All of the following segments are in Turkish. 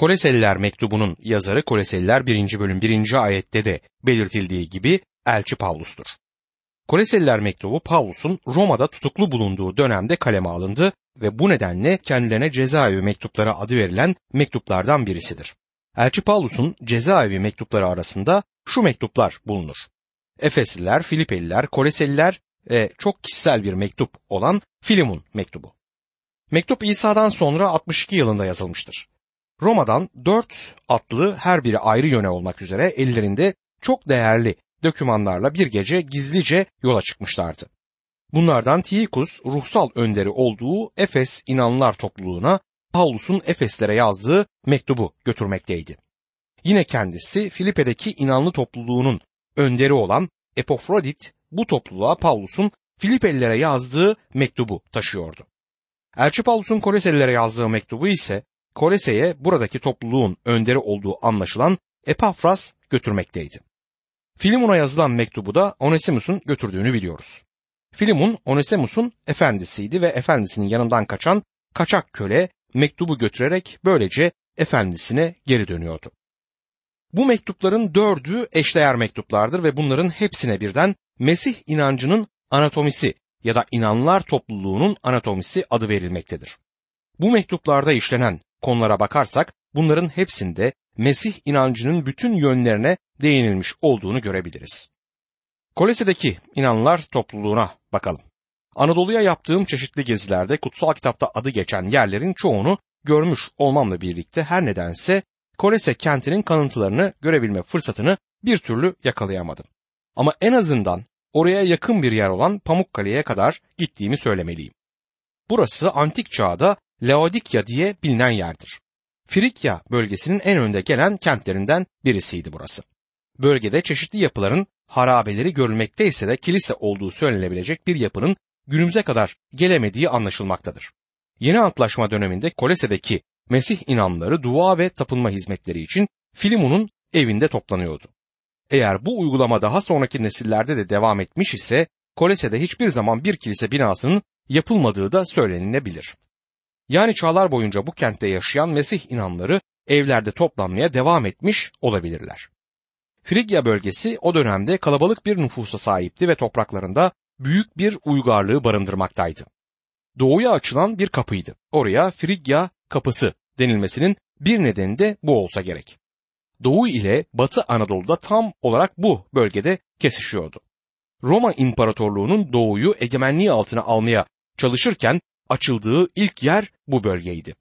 Koleseliler mektubunun yazarı Koleseliler 1. bölüm 1. ayette de belirtildiği gibi elçi Pavlus'tur. Koleseliler mektubu Pavlus'un Roma'da tutuklu bulunduğu dönemde kaleme alındı ve bu nedenle kendilerine cezaevi mektupları adı verilen mektuplardan birisidir. Elçi Pavlus'un cezaevi mektupları arasında şu mektuplar bulunur. Efesliler, Filipeliler, Koleseliler ve çok kişisel bir mektup olan Filemon mektubu. Mektup İsa'dan sonra 62 yılında yazılmıştır. Roma'dan 4 atlı her biri ayrı yöne olmak üzere ellerinde çok değerli dokümanlarla bir gece gizlice yola çıkmışlardı. Bunlardan Tihikus ruhsal önderi olduğu Efes inanlılar topluluğuna Pavlus'un Efeslere yazdığı mektubu götürmekteydi. Yine kendisi Filipe'deki inanlı topluluğunun önderi olan Epafrodit bu topluluğa Pavlus'un Filipelilere yazdığı mektubu taşıyordu. Elçi Pavlus'un Koleselilere yazdığı mektubu ise Kolese'ye buradaki topluluğun önderi olduğu anlaşılan Epafras götürmekteydi. Filemon'a yazılan mektubu da Onesimus'un götürdüğünü biliyoruz. Filemon, Onesimus'un efendisiydi ve efendisinin yanından kaçan kaçak köle mektubu götürerek böylece efendisine geri dönüyordu. Bu mektupların 4'ü eşdeğer mektuplardır ve bunların hepsine birden Mesih inancının anatomisi ya da inanlılar topluluğunun anatomisi adı verilmektedir. Bu mektuplarda işlenen konulara bakarsak bunların hepsinde Mesih inancının bütün yönlerine değinilmiş olduğunu görebiliriz. Kolese'deki inanlılar topluluğuna bakalım. Anadolu'ya yaptığım çeşitli gezilerde kutsal kitapta adı geçen yerlerin çoğunu görmüş olmamla birlikte her nedense Kolese kentinin kalıntılarını görebilme fırsatını bir türlü yakalayamadım. Ama en azından oraya yakın bir yer olan Pamukkale'ye kadar gittiğimi söylemeliyim. Burası antik çağda Laodikya diye bilinen yerdir. Frikya bölgesinin en önde gelen kentlerinden birisiydi burası. Bölgede çeşitli yapıların harabeleri görülmekteyse de kilise olduğu söylenebilecek bir yapının günümüze kadar gelemediği anlaşılmaktadır. Yeni Antlaşma döneminde Kolese'deki Mesih inanlıları dua ve tapınma hizmetleri için Filemon'un evinde toplanıyordu. Eğer bu uygulama daha sonraki nesillerde de devam etmiş ise Kolese'de hiçbir zaman bir kilise binasının yapılmadığı da söylenilebilir. Yani çağlar boyunca bu kentte yaşayan Mesih inanları evlerde toplanmaya devam etmiş olabilirler. Frigya bölgesi o dönemde kalabalık bir nüfusa sahipti ve topraklarında büyük bir uygarlığı barındırmaktaydı. Doğuya açılan bir kapıydı. Oraya Frigya kapısı denilmesinin bir nedeni de bu olsa gerek. Doğu ile Batı Anadolu'da tam olarak bu bölgede kesişiyordu. Roma İmparatorluğu'nun doğuyu egemenliği altına almaya çalışırken açıldığı ilk yer bu bölgeydi.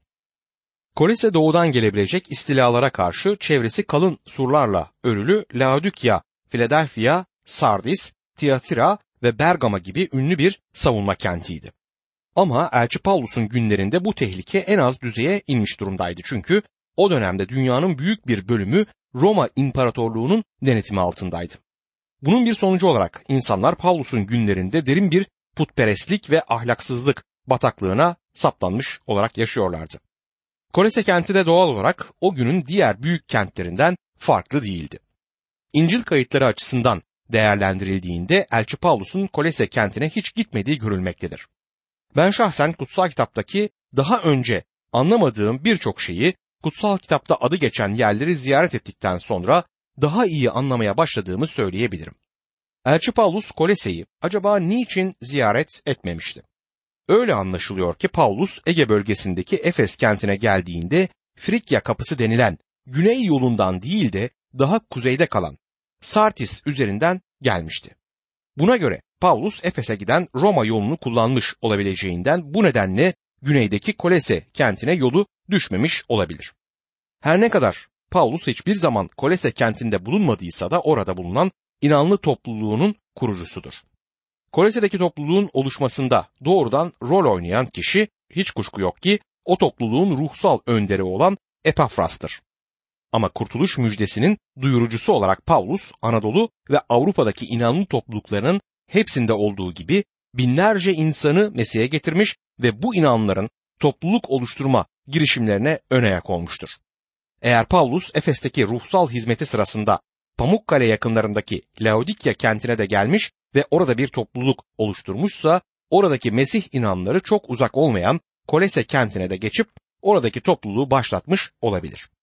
Kolese doğudan gelebilecek istilalara karşı çevresi kalın surlarla örülü Laodikya, Philadelphia, Sardis, Tiyatira ve Bergama gibi ünlü bir savunma kentiydi. Ama Elçi Pavlus'un günlerinde bu tehlike en az düzeye inmiş durumdaydı çünkü o dönemde dünyanın büyük bir bölümü Roma İmparatorluğu'nun denetimi altındaydı. Bunun bir sonucu olarak insanlar Pavlus'un günlerinde derin bir putperestlik ve ahlaksızlık bataklığına saplanmış olarak yaşıyorlardı. Kolese kenti de doğal olarak o günün diğer büyük kentlerinden farklı değildi. İncil kayıtları açısından değerlendirildiğinde Elçi Pavlus'un Kolese kentine hiç gitmediği görülmektedir. Ben şahsen kutsal kitaptaki daha önce anlamadığım birçok şeyi kutsal kitapta adı geçen yerleri ziyaret ettikten sonra daha iyi anlamaya başladığımı söyleyebilirim. Elçi Pavlus Kolese'yi acaba niçin ziyaret etmemişti? Öyle anlaşılıyor ki Pavlus Ege bölgesindeki Efes kentine geldiğinde Frikya kapısı denilen güney yolundan değil de daha kuzeyde kalan Sartis üzerinden gelmişti. Buna göre Pavlus Efes'e giden Roma yolunu kullanmış olabileceğinden bu nedenle güneydeki Kolese kentine yolu düşmemiş olabilir. Her ne kadar Pavlus hiçbir zaman Kolese kentinde bulunmadıysa da orada bulunan inanlı topluluğunun kurucusudur. Kolese'deki topluluğun oluşmasında doğrudan rol oynayan kişi hiç kuşku yok ki o topluluğun ruhsal önderi olan Epafras'tır. Ama kurtuluş müjdesinin duyurucusu olarak Pavlus, Anadolu ve Avrupa'daki inanlı topluluklarının hepsinde olduğu gibi binlerce insanı Mesih'e getirmiş ve bu inanların topluluk oluşturma girişimlerine ön ayak olmuştur. Eğer Pavlus Efes'teki ruhsal hizmeti sırasında Pamukkale yakınlarındaki Laodikya kentine de gelmiş ve orada bir topluluk oluşturmuşsa, oradaki Mesih inanları çok uzak olmayan Kolese kentine de geçip oradaki topluluğu başlatmış olabilir.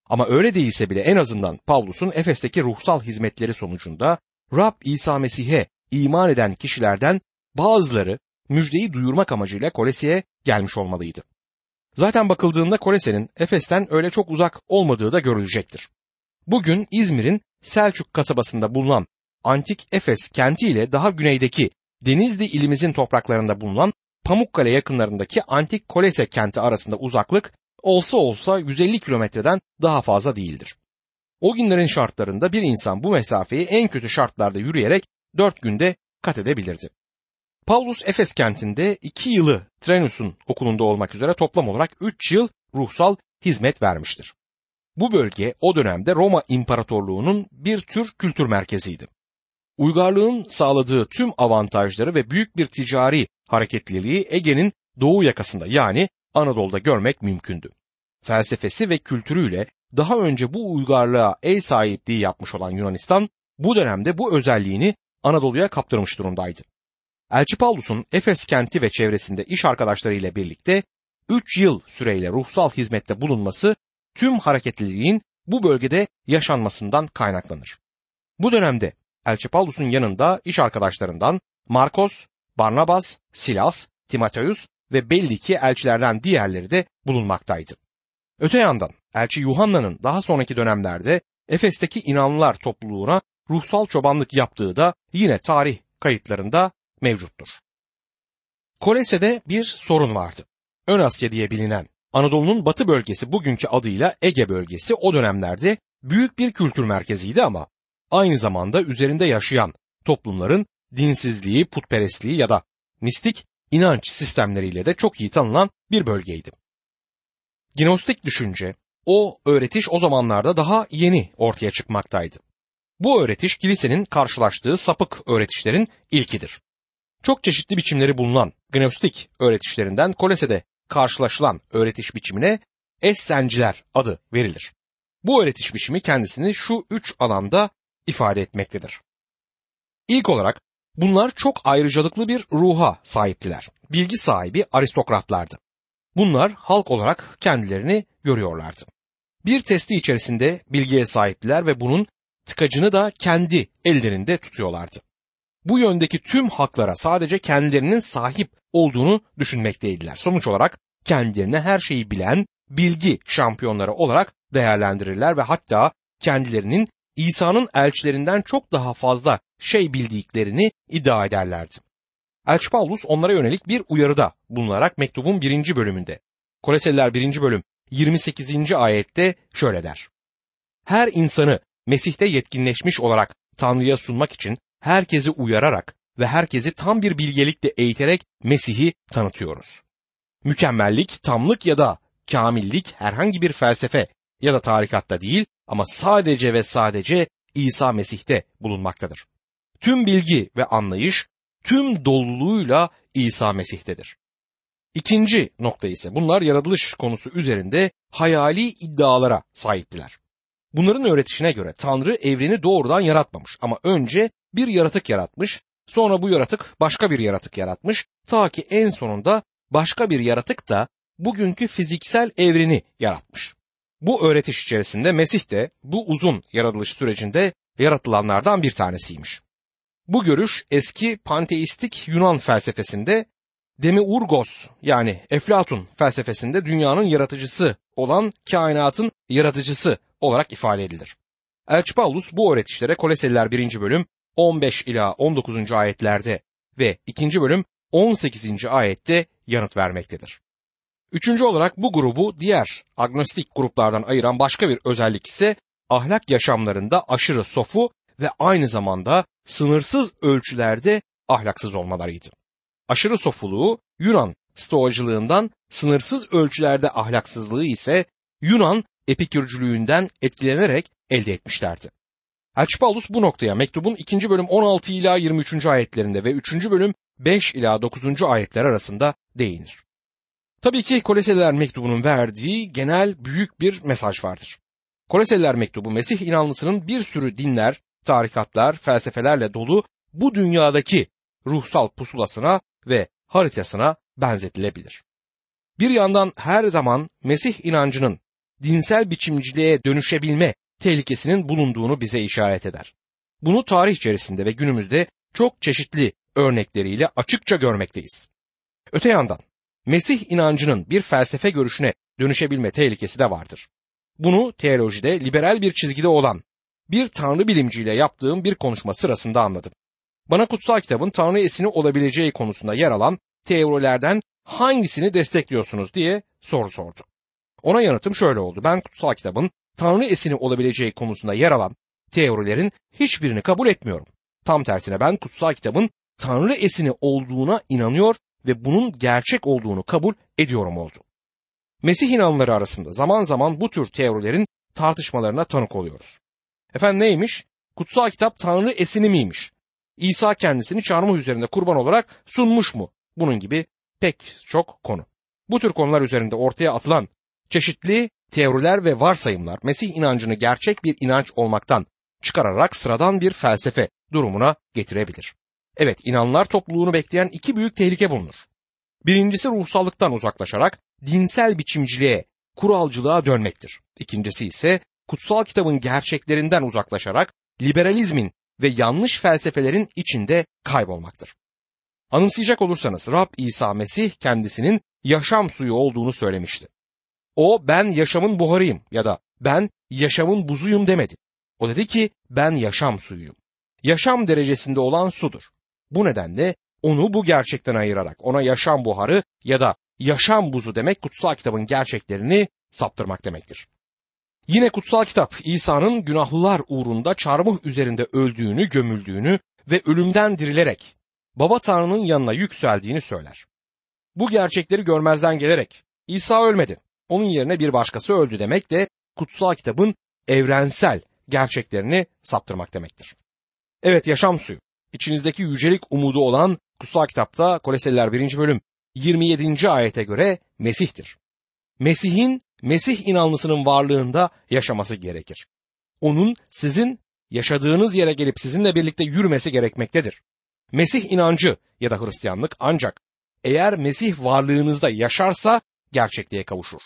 Ama öyle değilse bile en azından Pavlus'un Efes'teki ruhsal hizmetleri sonucunda Rab İsa Mesih'e iman eden kişilerden bazıları müjdeyi duyurmak amacıyla Kolese'ye gelmiş olmalıydı. Zaten bakıldığında Kolese'nin Efes'ten öyle çok uzak olmadığı da görülecektir. Bugün İzmir'in Selçuk kasabasında bulunan antik Efes kenti ile daha güneydeki Denizli ilimizin topraklarında bulunan Pamukkale yakınlarındaki antik Kolese kenti arasında uzaklık olsa olsa 150 kilometreden daha fazla değildir. O günlerin şartlarında bir insan bu mesafeyi en kötü şartlarda yürüyerek 4 günde kat edebilirdi. Pavlus Efes kentinde 2 yılı Trenus'un okulunda olmak üzere toplam olarak 3 yıl ruhsal hizmet vermiştir. Bu bölge o dönemde Roma İmparatorluğu'nun bir tür kültür merkeziydi. Uygarlığın sağladığı tüm avantajları ve büyük bir ticari hareketliliği Ege'nin doğu yakasında yani Anadolu'da görmek mümkündü. Felsefesi ve kültürüyle daha önce bu uygarlığa ev sahipliği yapmış olan Yunanistan bu dönemde bu özelliğini Anadolu'ya kaptırmış durumdaydı. Elçi Pavlus'un Efes kenti ve çevresinde iş arkadaşlarıyla birlikte 3 yıl süreyle ruhsal hizmette bulunması tüm hareketliliğin bu bölgede yaşanmasından kaynaklanır. Bu dönemde Elçi Pavlus'un yanında iş arkadaşlarından Markos, Barnabas, Silas, Timoteus ve belli ki elçilerden diğerleri de bulunmaktaydı. Öte yandan Elçi Yuhanna'nın daha sonraki dönemlerde Efes'teki inanlılar topluluğuna ruhsal çobanlık yaptığı da yine tarih kayıtlarında mevcuttur. Kolese'de bir sorun vardı. Ön Asya diye bilinen Anadolu'nun batı bölgesi bugünkü adıyla Ege bölgesi o dönemlerde büyük bir kültür merkeziydi ama aynı zamanda üzerinde yaşayan toplumların dinsizliği, putperestliği ya da mistik inanç sistemleriyle de çok iyi tanınan bir bölgeydi. Gnostik düşünce, o öğretiş o zamanlarda daha yeni ortaya çıkmaktaydı. Bu öğretiş kilisenin karşılaştığı sapık öğretişlerin ilkidir. Çok çeşitli biçimleri bulunan Gnostik öğretişlerinden Kolese'de karşılaşılan öğretiş biçimine Essenciler adı verilir. Bu öğretiş biçimi kendisini şu 3 alanda ifade etmektedir. İlk olarak bunlar çok ayrıcalıklı bir ruha sahiptiler. Bilgi sahibi aristokratlardı. Bunlar halk olarak kendilerini görüyorlardı. Bir testi içerisinde bilgiye sahiptiler ve bunun tıkacını da kendi ellerinde tutuyorlardı. Bu yöndeki tüm haklara sadece kendilerinin sahip olduğunu düşünmekteydiler. Sonuç olarak kendilerine her şeyi bilen bilgi şampiyonları olarak değerlendirirler ve hatta kendilerinin İsa'nın elçilerinden çok daha fazla şey bildiklerini iddia ederlerdi. Elçi Pavlus onlara yönelik bir uyarıda bulunarak mektubun 1. bölümünde, Koleseliler 1. bölüm 28. ayette şöyle der. Her insanı Mesih'te yetkinleşmiş olarak Tanrı'ya sunmak için herkesi uyararak ve herkesi tam bir bilgelikle eğiterek Mesih'i tanıtıyoruz. Mükemmellik, tamlık ya da kamillik herhangi bir felsefe ya da tarikatta değil ama sadece ve sadece İsa Mesih'te bulunmaktadır. Tüm bilgi ve anlayış tüm doluluğuyla İsa Mesih'tedir. İkinci nokta ise bunlar yaratılış konusu üzerinde hayali iddialara sahiptiler. Bunların öğretişine göre Tanrı evreni doğrudan yaratmamış ama önce bir yaratık yaratmış, sonra bu yaratık başka bir yaratık yaratmış, ta ki en sonunda başka bir yaratık da bugünkü fiziksel evreni yaratmış. Bu öğretiş içerisinde Mesih de bu uzun yaratılış sürecinde yaratılanlardan bir tanesiymiş. Bu görüş eski panteistik Yunan felsefesinde Demiurgos yani Eflatun felsefesinde dünyanın yaratıcısı olan kainatın yaratıcısı olarak ifade edilir. Elçi Pavlus bu öğretişlere Koleseliler 1. bölüm 15 ila 19. ayetlerde ve 2. bölüm 18. ayette yanıt vermektedir. Üçüncü olarak bu grubu diğer agnostik gruplardan ayıran başka bir özellik ise ahlak yaşamlarında aşırı sofu ve aynı zamanda sınırsız ölçülerde ahlaksız olmalarıydı. Aşırı sofuluğu Yunan stoacılığından, sınırsız ölçülerde ahlaksızlığı ise Yunan epikürcülüğünden etkilenerek elde etmişlerdi. Elçi Pavlus bu noktaya mektubun 2. bölüm 16 ila 23. ayetlerinde ve 3. bölüm 5 ila 9. ayetler arasında değinir. Tabii ki Koleseliler mektubunun verdiği genel büyük bir mesaj vardır. Koleseliler mektubu Mesih inanlısının bir sürü dinler, tarikatlar, felsefelerle dolu bu dünyadaki ruhsal pusulasına ve haritasına benzetilebilir. Bir yandan her zaman Mesih inancının dinsel biçimciliğe dönüşebilme tehlikesinin bulunduğunu bize işaret eder. Bunu tarih içerisinde ve günümüzde çok çeşitli örnekleriyle açıkça görmekteyiz. Öte yandan Mesih inancının bir felsefe görüşüne dönüşebilme tehlikesi de vardır. Bunu teolojide liberal bir çizgide olan bir tanrı bilimciyle yaptığım bir konuşma sırasında anladım. Bana kutsal kitabın tanrı esini olabileceği konusunda yer alan teorilerden hangisini destekliyorsunuz diye soru sordu. Ona yanıtım şöyle oldu: ben kutsal kitabın tanrı esini olabileceği konusunda yer alan teorilerin hiçbirini kabul etmiyorum. Tam tersine ben kutsal kitabın tanrı esini olduğuna inanıyor ve bunun gerçek olduğunu kabul ediyorum oldu. Mesih inanları arasında zaman zaman bu tür teorilerin tartışmalarına tanık oluyoruz. Efendim neymiş? Kutsal kitap tanrı esini miymiş? İsa kendisini çarmıh üzerinde kurban olarak sunmuş mu? Bunun gibi pek çok konu. Bu tür konular üzerinde ortaya atılan çeşitli teoriler ve varsayımlar Mesih inancını gerçek bir inanç olmaktan çıkararak sıradan bir felsefe durumuna getirebilir. Evet, inanlar topluluğunu bekleyen iki büyük tehlike bulunur. Birincisi ruhsallıktan uzaklaşarak dinsel biçimciliğe, kuralcılığa dönmektir. İkincisi ise kutsal kitabın gerçeklerinden uzaklaşarak liberalizmin ve yanlış felsefelerin içinde kaybolmaktır. Anımsayacak olursanız Rab İsa Mesih kendisinin yaşam suyu olduğunu söylemişti. O ben yaşamın buharıyım ya da ben yaşamın buzuyum demedi. O dedi ki ben yaşam suyuyum. Yaşam derecesinde olan sudur. Bu nedenle onu bu gerçekten ayırarak ona yaşam buharı ya da yaşam buzu demek kutsal kitabın gerçeklerini saptırmak demektir. Yine kutsal kitap İsa'nın günahlılar uğrunda çarmıh üzerinde öldüğünü, gömüldüğünü ve ölümden dirilerek Baba Tanrı'nın yanına yükseldiğini söyler. Bu gerçekleri görmezden gelerek İsa ölmedi, onun yerine bir başkası öldü demek de kutsal kitabın evrensel gerçeklerini saptırmak demektir. Evet, yaşam suyu, içinizdeki yücelik umudu olan kutsal kitapta Koloseliler 1. bölüm 27. ayete göre Mesih'tir. Mesih inanlısının varlığında yaşaması gerekir. Onun sizin yaşadığınız yere gelip sizinle birlikte yürümesi gerekmektedir. Mesih inancı ya da Hristiyanlık ancak eğer Mesih varlığınızda yaşarsa gerçekliğe kavuşur.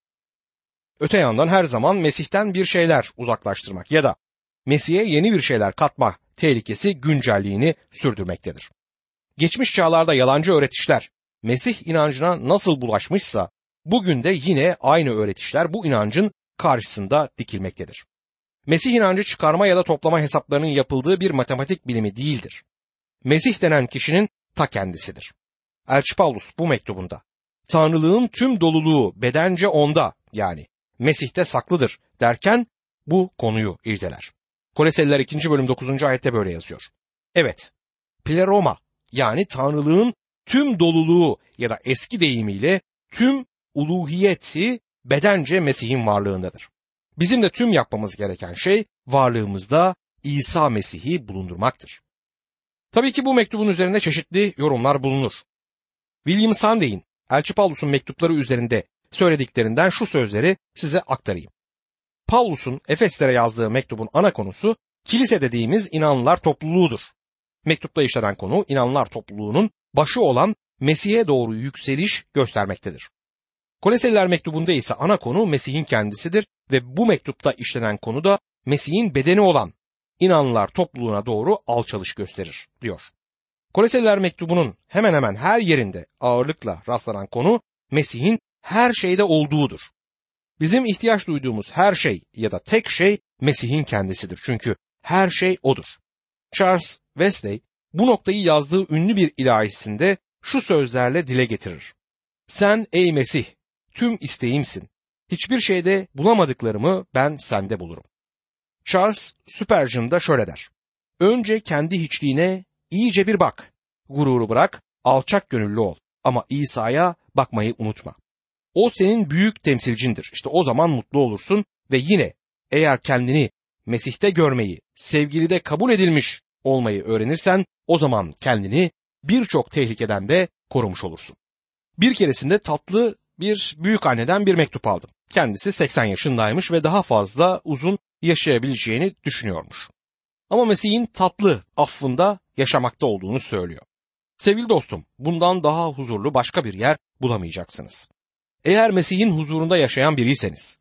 Öte yandan her zaman Mesih'ten bir şeyler uzaklaştırmak ya da Mesih'e yeni bir şeyler katma tehlikesi güncelliğini sürdürmektedir. Geçmiş çağlarda yalancı öğretişler Mesih inancına nasıl bulaşmışsa bugün de yine aynı öğretişler bu inancın karşısında dikilmektedir. Mesih inancı çıkarma ya da toplama hesaplarının yapıldığı bir matematik bilimi değildir. Mesih denen kişinin ta kendisidir. Elçi Pavlus bu mektubunda Tanrılığın tüm doluluğu bedence onda yani Mesih'te saklıdır derken bu konuyu irdeler. Koloseliler 2. bölüm 9. ayette böyle yazıyor. Evet, pleroma yani Tanrılığın tüm doluluğu ya da eski deyimiyle tüm uluhiyeti bedence Mesih'in varlığındadır. Bizim de tüm yapmamız gereken şey varlığımızda İsa Mesih'i bulundurmaktır. Tabii ki bu mektubun üzerinde çeşitli yorumlar bulunur. William Sandey'in Elçi Pavlus'un mektupları üzerinde söylediklerinden şu sözleri size aktarayım. Pavlus'un Efeslere yazdığı mektubun ana konusu kilise dediğimiz inanlılar topluluğudur. Mektupta işlenen konu inanlılar topluluğunun başı olan Mesih'e doğru yükseliş göstermektedir. Koloseliler mektubunda ise ana konu Mesih'in kendisidir ve bu mektupta işlenen konu da Mesih'in bedeni olan inanlılar topluluğuna doğru alçalış gösterir diyor. Koloseliler mektubunun hemen hemen her yerinde ağırlıkla rastlanan konu Mesih'in her şeyde olduğudur. Bizim ihtiyaç duyduğumuz her şey ya da tek şey Mesih'in kendisidir. Çünkü her şey odur. Charles Wesley bu noktayı yazdığı ünlü bir ilahisinde şu sözlerle dile getirir. Sen ey Mesih tüm isteğimsin. Hiçbir şeyde bulamadıklarımı ben sende bulurum. Charles Spurgeon da şöyle der. Önce kendi hiçliğine iyice bir bak. Gururu bırak, alçak gönüllü ol. Ama İsa'ya bakmayı unutma. O senin büyük temsilcindir. İşte o zaman mutlu olursun ve yine eğer kendini Mesih'te görmeyi, sevgilide kabul edilmiş olmayı öğrenirsen o zaman kendini birçok tehlikeden de korumuş olursun. Bir keresinde tatlı bir büyük anneden bir mektup aldım. Kendisi 80 yaşındaymış ve daha fazla uzun yaşayabileceğini düşünüyormuş. Ama Mesih'in tatlı affında yaşamakta olduğunu söylüyor. Sevgili dostum, bundan daha huzurlu başka bir yer bulamayacaksınız. Eğer Mesih'in huzurunda yaşayan biriyseniz,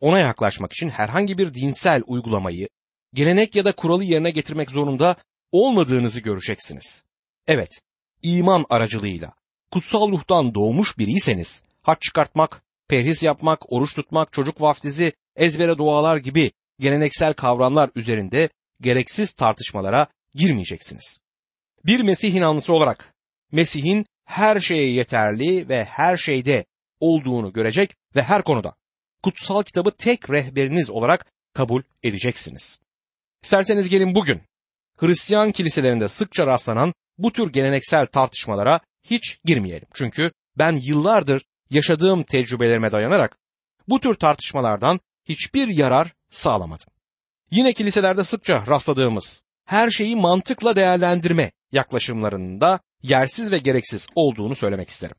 ona yaklaşmak için herhangi bir dinsel uygulamayı, gelenek ya da kuralı yerine getirmek zorunda olmadığınızı göreceksiniz. Evet, iman aracılığıyla kutsal ruhtan doğmuş biriyseniz, hac çıkartmak, perhiz yapmak, oruç tutmak, çocuk vaftizi, ezbere dualar gibi geleneksel kavramlar üzerinde gereksiz tartışmalara girmeyeceksiniz. Bir Mesih inanlısı olarak Mesih'in her şeye yeterli ve her şeyde olduğunu görecek ve her konuda kutsal kitabı tek rehberiniz olarak kabul edeceksiniz. İsterseniz gelin bugün Hristiyan kiliselerinde sıkça rastlanan bu tür geleneksel tartışmalara hiç girmeyelim. Çünkü ben yıllardır yaşadığım tecrübelerime dayanarak bu tür tartışmalardan hiçbir yarar sağlamadım. Yine kiliselerde sıkça rastladığımız her şeyi mantıkla değerlendirme yaklaşımlarının da yersiz ve gereksiz olduğunu söylemek isterim.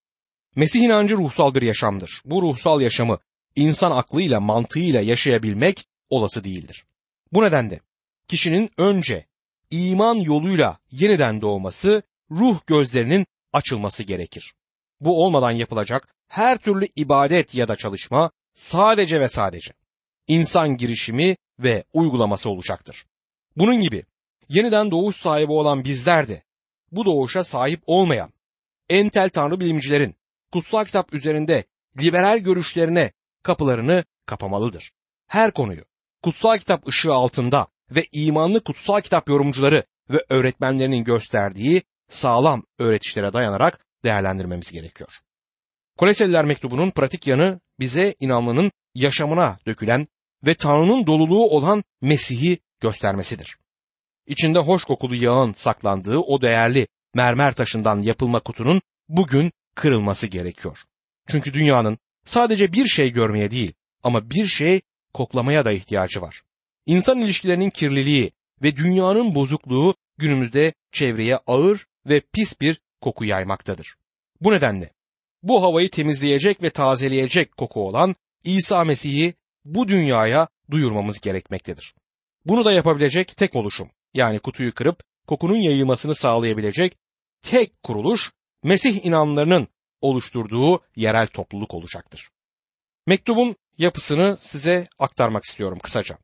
Mesih inancı ruhsal bir yaşamdır. Bu ruhsal yaşamı insan aklıyla, mantığıyla yaşayabilmek olası değildir. Bu nedenle kişinin önce iman yoluyla yeniden doğması, ruh gözlerinin açılması gerekir. Bu olmadan yapılacak her türlü ibadet ya da çalışma sadece ve sadece insan girişimi ve uygulaması olacaktır. Bunun gibi yeniden doğuş sahibi olan bizler de bu doğuşa sahip olmayan entel tanrı bilimcilerin kutsal kitap üzerinde liberal görüşlerine kapılarını kapamalıdır. Her konuyu kutsal kitap ışığı altında ve imanlı kutsal kitap yorumcuları ve öğretmenlerinin gösterdiği sağlam öğretişlere dayanarak değerlendirmemiz gerekiyor. Koleseliler mektubunun pratik yanı bize inanlının yaşamına dökülen ve Tanrı'nın doluluğu olan Mesih'i göstermesidir. İçinde hoş kokulu yağın saklandığı o değerli mermer taşından yapılma kutunun bugün kırılması gerekiyor. Çünkü dünyanın sadece bir şey görmeye değil ama bir şey koklamaya da ihtiyacı var. İnsan ilişkilerinin kirliliği ve dünyanın bozukluğu günümüzde çevreye ağır ve pis bir koku yaymaktadır. Bu nedenle bu havayı temizleyecek ve tazeleyecek koku olan İsa Mesih'i bu dünyaya duyurmamız gerekmektedir. Bunu da yapabilecek tek oluşum, yani kutuyu kırıp kokunun yayılmasını sağlayabilecek tek kuruluş, Mesih inanlarının oluşturduğu yerel topluluk olacaktır. Mektubun yapısını size aktarmak istiyorum kısaca.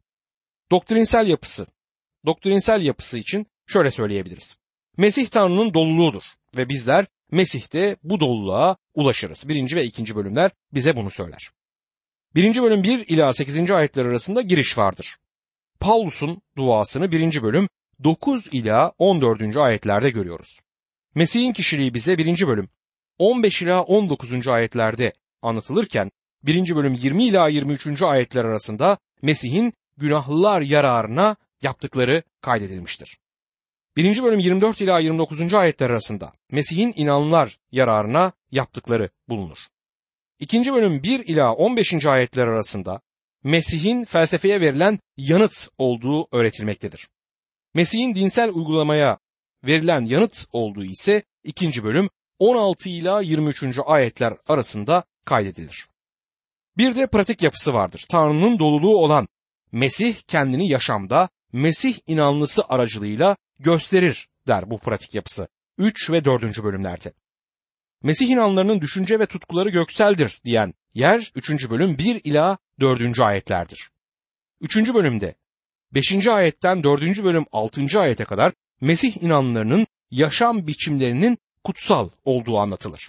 Doktrinsel yapısı için şöyle söyleyebiliriz. Mesih Tanrı'nın doluluğudur ve bizler Mesih'te bu doluluğa ulaşırız. 1. ve 2. bölümler bize bunu söyler. 1. bölüm 1 ila 8. ayetler arasında giriş vardır. Pavlus'un duasını 1. bölüm 9 ila 14. ayetlerde görüyoruz. Mesih'in kişiliği bize 1. bölüm 15 ila 19. ayetlerde anlatılırken 1. bölüm 20 ila 23. ayetler arasında Mesih'in günahlılar yararına yaptıkları kaydedilmiştir. 1. bölüm 24 ila 29. ayetler arasında Mesih'in inananlar yararına yaptıkları bulunur. 2. bölüm 1 ila 15. ayetler arasında Mesih'in felsefeye verilen yanıt olduğu öğretilmektedir. Mesih'in dinsel uygulamaya verilen yanıt olduğu ise 2. bölüm 16 ila 23. ayetler arasında kaydedilir. Bir de pratik yapısı vardır. Tanrı'nın doluluğu olan Mesih kendini yaşamda Mesih inanlısı aracılığıyla gösterir der bu pratik yapısı 3 ve 4. bölümlerde. Mesih inanlarının düşünce ve tutkuları gökseldir diyen yer 3. bölüm 1 ila 4. ayetlerdir. 3. bölümde 5. ayetten 4. bölüm 6. ayete kadar Mesih inanlarının yaşam biçimlerinin kutsal olduğu anlatılır.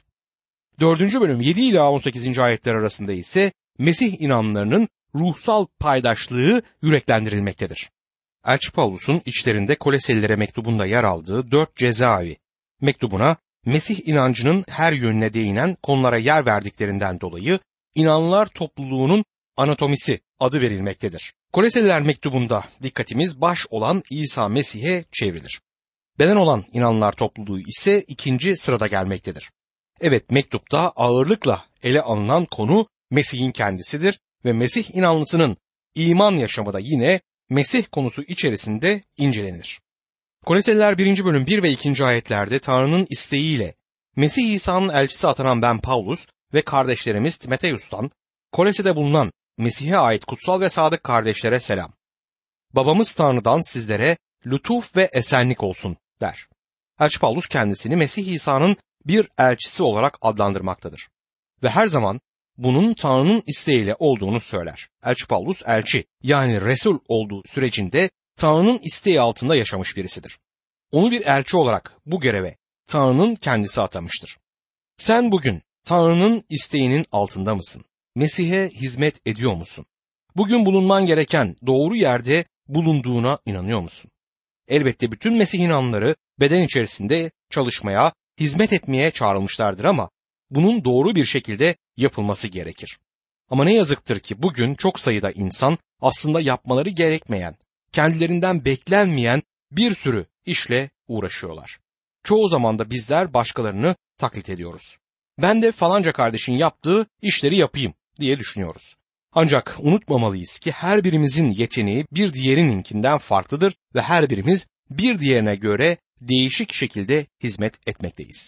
4. bölüm 7 ila 18. ayetler arasında ise Mesih inanlarının ruhsal paydaşlığı yüreklendirilmektedir. Elçi Pavlus'un içlerinde Koleselilere mektubunda yer aldığı 4 cezaevi mektubuna Mesih inancının her yönüne değinen konulara yer verdiklerinden dolayı inanlar topluluğunun anatomisi adı verilmektedir. Koleseliler mektubunda dikkatimiz baş olan İsa Mesih'e çevrilir. Beden olan inanlar topluluğu ise 2. sırada gelmektedir. Evet, mektupta ağırlıkla ele alınan konu Mesih'in kendisidir ve Mesih inanlısının iman yaşamı da yine Mesih konusu içerisinde incelenir. Koleseliler 1. bölüm 1 ve 2. ayetlerde Tanrı'nın isteğiyle Mesih İsa'nın elçisi atanan ben Pavlus ve kardeşlerimiz Timoteus'tan Kolese'de bulunan Mesih'e ait kutsal ve sadık kardeşlere selam. Babamız Tanrı'dan sizlere lütuf ve esenlik olsun der. Elçi Pavlus kendisini Mesih İsa'nın bir elçisi olarak adlandırmaktadır. Ve her zaman bunun Tanrı'nın isteğiyle olduğunu söyler. Elçi Pavlus elçi yani Resul olduğu sürecinde Tanrı'nın isteği altında yaşamış birisidir. Onu bir elçi olarak bu göreve Tanrı'nın kendisi atamıştır. Sen bugün Tanrı'nın isteğinin altında mısın? Mesih'e hizmet ediyor musun? Bugün bulunman gereken doğru yerde bulunduğuna inanıyor musun? Elbette bütün Mesih inanları beden içerisinde çalışmaya, hizmet etmeye çağrılmışlardır ama bunun doğru bir şekilde yapılması gerekir. Ama ne yazıktır ki bugün çok sayıda insan aslında yapmaları gerekmeyen, kendilerinden beklenmeyen bir sürü işle uğraşıyorlar. Çoğu zaman da bizler başkalarını taklit ediyoruz. Ben de falanca kardeşin yaptığı işleri yapayım diye düşünüyoruz. Ancak unutmamalıyız ki her birimizin yeteneği bir diğerininkinden farklıdır ve her birimiz bir diğerine göre değişik şekilde hizmet etmekteyiz.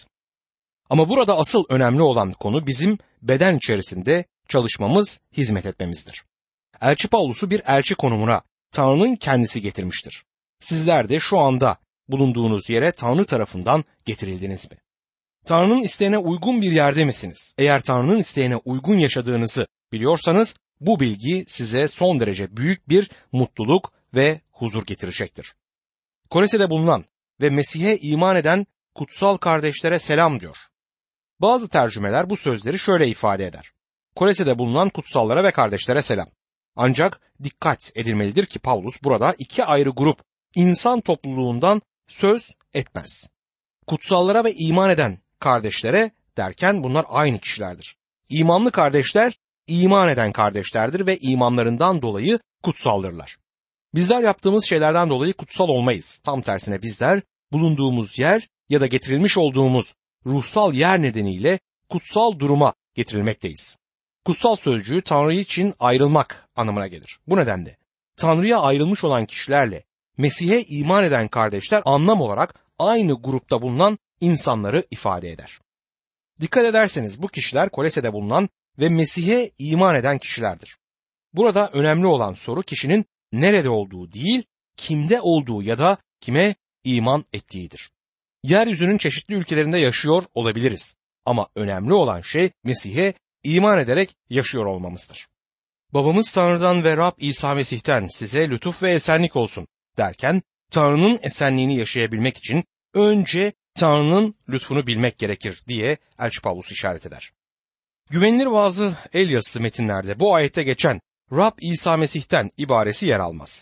Ama burada asıl önemli olan konu bizim beden içerisinde çalışmamız, hizmet etmemizdir. Elçi Pavlus'u bir elçi konumuna Tanrı'nın kendisi getirmiştir. Sizler de şu anda bulunduğunuz yere Tanrı tarafından getirildiniz mi? Tanrı'nın isteğine uygun bir yerde misiniz? Eğer Tanrı'nın isteğine uygun yaşadığınızı biliyorsanız bu bilgi size son derece büyük bir mutluluk ve huzur getirecektir. Kolose'de bulunan ve Mesih'e iman eden kutsal kardeşlere selam diyor. Bazı tercümeler bu sözleri şöyle ifade eder. Kolose'de bulunan kutsallara ve kardeşlere selam. Ancak dikkat edilmelidir ki Pavlus burada iki ayrı grup insan topluluğundan söz etmez. Kutsallara ve iman eden kardeşlere derken bunlar aynı kişilerdir. İmanlı kardeşler iman eden kardeşlerdir ve imanlarından dolayı kutsaldırlar. Bizler yaptığımız şeylerden dolayı kutsal olmayız. Tam tersine bizler bulunduğumuz yer ya da getirilmiş olduğumuz ruhsal yer nedeniyle kutsal duruma getirilmekteyiz. Kutsal sözcüğü Tanrı için ayrılmak anlamına gelir. Bu nedenle Tanrı'ya ayrılmış olan kişilerle Mesih'e iman eden kardeşler anlam olarak aynı grupta bulunan insanları ifade eder. Dikkat ederseniz bu kişiler Kolose'de bulunan ve Mesih'e iman eden kişilerdir. Burada önemli olan soru kişinin nerede olduğu değil, kimde olduğu ya da kime iman ettiğidir. Yeryüzünün çeşitli ülkelerinde yaşıyor olabiliriz ama önemli olan şey Mesih'e iman ederek yaşıyor olmamızdır. Babamız Tanrı'dan ve Rab İsa Mesih'ten size lütuf ve esenlik olsun derken Tanrı'nın esenliğini yaşayabilmek için önce Tanrı'nın lütfunu bilmek gerekir diye Elçi Pavlus işaret eder. Güvenilir bazı el yazısı metinlerde bu ayette geçen Rab İsa Mesih'ten ibaresi yer almaz.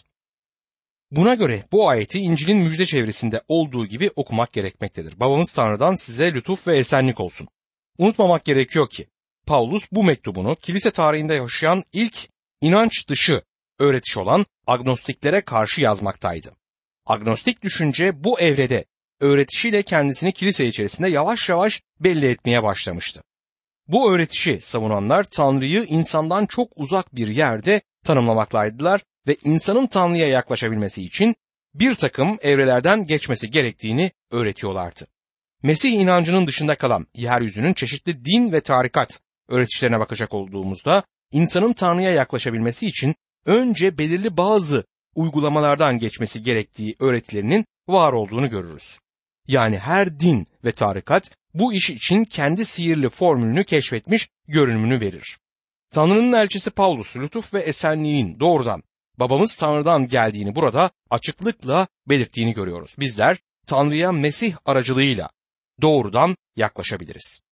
Buna göre bu ayeti İncil'in müjde çevirisinde olduğu gibi okumak gerekmektedir. Babamız Tanrı'dan size lütuf ve esenlik olsun. Unutmamak gerekiyor ki Pavlus bu mektubunu kilise tarihinde yaşayan ilk inanç dışı öğretiş olan agnostiklere karşı yazmaktaydı. Agnostik düşünce bu evrede öğretişiyle kendisini kilise içerisinde yavaş yavaş belli etmeye başlamıştı. Bu öğretişi savunanlar Tanrı'yı insandan çok uzak bir yerde tanımlamaktaydılar ve insanın Tanrı'ya yaklaşabilmesi için bir takım evrelerden geçmesi gerektiğini öğretiyorlardı. Mesih inancının dışında kalan yeryüzünün çeşitli din ve tarikat öğretişlerine bakacak olduğumuzda insanın Tanrı'ya yaklaşabilmesi için önce belirli bazı uygulamalardan geçmesi gerektiği öğretilerinin var olduğunu görürüz. Yani her din ve tarikat bu iş için kendi sihirli formülünü keşfetmiş görünümünü verir. Tanrı'nın elçisi Pavlus lütuf ve esenliğin doğrudan babamız Tanrı'dan geldiğini burada açıklıkla belirttiğini görüyoruz. Bizler Tanrı'ya Mesih aracılığıyla doğrudan yaklaşabiliriz.